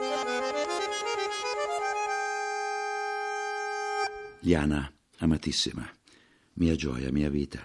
Liana, amatissima, mia gioia, mia vita,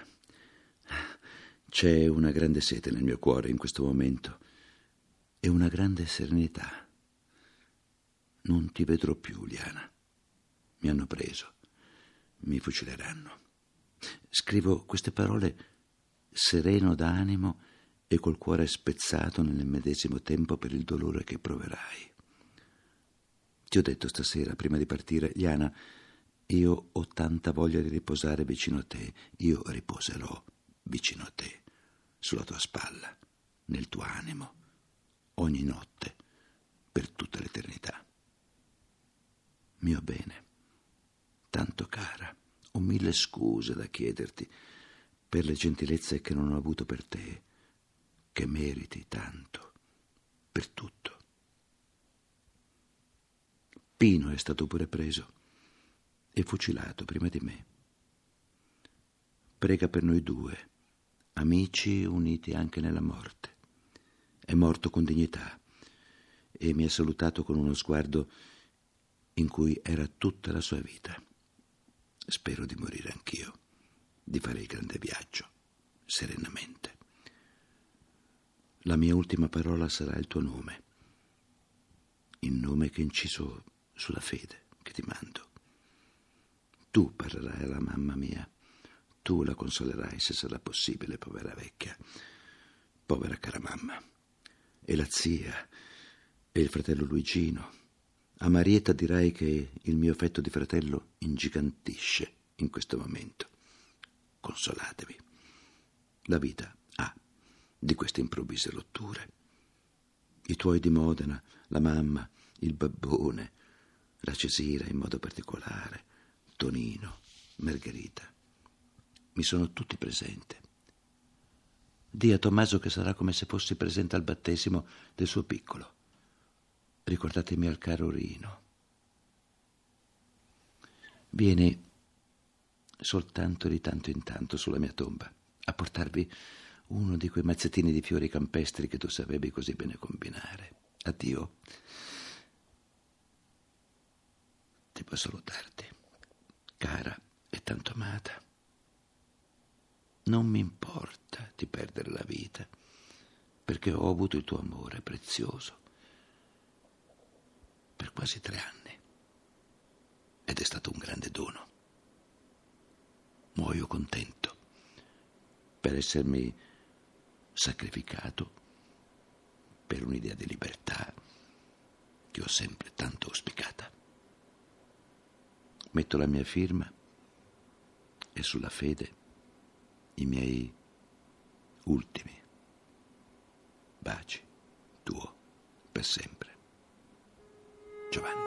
c'è una grande sete nel mio cuore in questo momento e una grande serenità. Non ti vedrò più, Liana. Mi hanno preso, mi fucileranno. Scrivo queste parole sereno d'animo e col cuore spezzato nel medesimo tempo per il dolore che proverai. Ti ho detto stasera, prima di partire, Liana, io ho tanta voglia di riposare vicino a te. Io riposerò vicino a te, sulla tua spalla, nel tuo animo, ogni notte, per tutta l'eternità. Mio bene, tanto cara, ho 1000 scuse da chiederti per le gentilezze che non ho avuto per te, che meriti tanto, per tutto. Pino è stato pure preso e fucilato prima di me. Prega per noi due, amici uniti anche nella morte. È morto con dignità e mi ha salutato con uno sguardo in cui era tutta la sua vita. Spero di morire anch'io, di fare il grande viaggio, serenamente. La mia ultima parola sarà il tuo nome, il nome che è inciso sulla fede che ti mando. Tu parlerai alla mamma mia, tu la consolerai se sarà possibile, povera vecchia, povera cara mamma. E la zia, e il fratello Luigino. A Marietta dirai che il mio affetto di fratello ingigantisce in questo momento. Consolatevi. La vita ha di queste improvvise rotture. I tuoi di Modena, la mamma, il babbone, la Cesira in modo particolare, Tonino, Margherita. Mi sono tutti presenti. Dì a Tommaso che sarà come se fossi presente al battesimo del suo piccolo. Ricordatemi al caro Rino. Vieni soltanto di tanto in tanto sulla mia tomba a portarvi uno di quei mazzettini di fiori campestri che tu sapevi così bene combinare. Addio. Devo salutarti, cara e tanto amata. Non mi importa di perdere la vita, perché ho avuto il tuo amore prezioso per quasi 3 anni ed è stato un grande dono. Muoio contento per essermi sacrificato per un'idea di libertà che ho sempre tanto auspicata. Metto la mia firma e sulla fede i miei ultimi baci, tuo per sempre. Giovanni.